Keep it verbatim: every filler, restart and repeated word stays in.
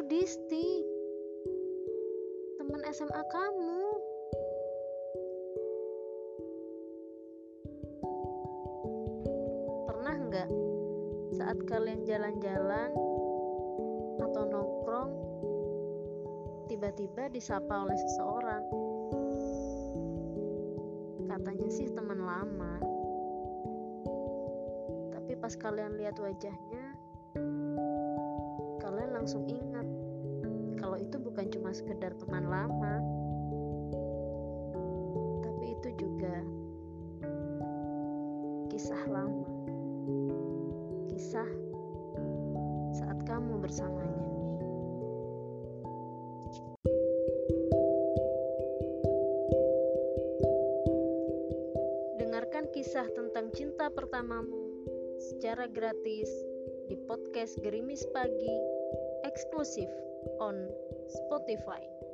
Disti, teman S M A kamu. Pernah nggak saat kalian jalan-jalan atau nongkrong, tiba-tiba disapa oleh seseorang? Katanya sih teman lama, tapi pas kalian lihat wajahnya, kalian langsung ingat kalau itu bukan cuma sekedar teman lama, tapi itu juga kisah lama, kisah saat kamu bersamanya. Dengarkan kisah tentang cinta pertamamu secara gratis di podcast Gerimis Pagi eksklusif on Spotify.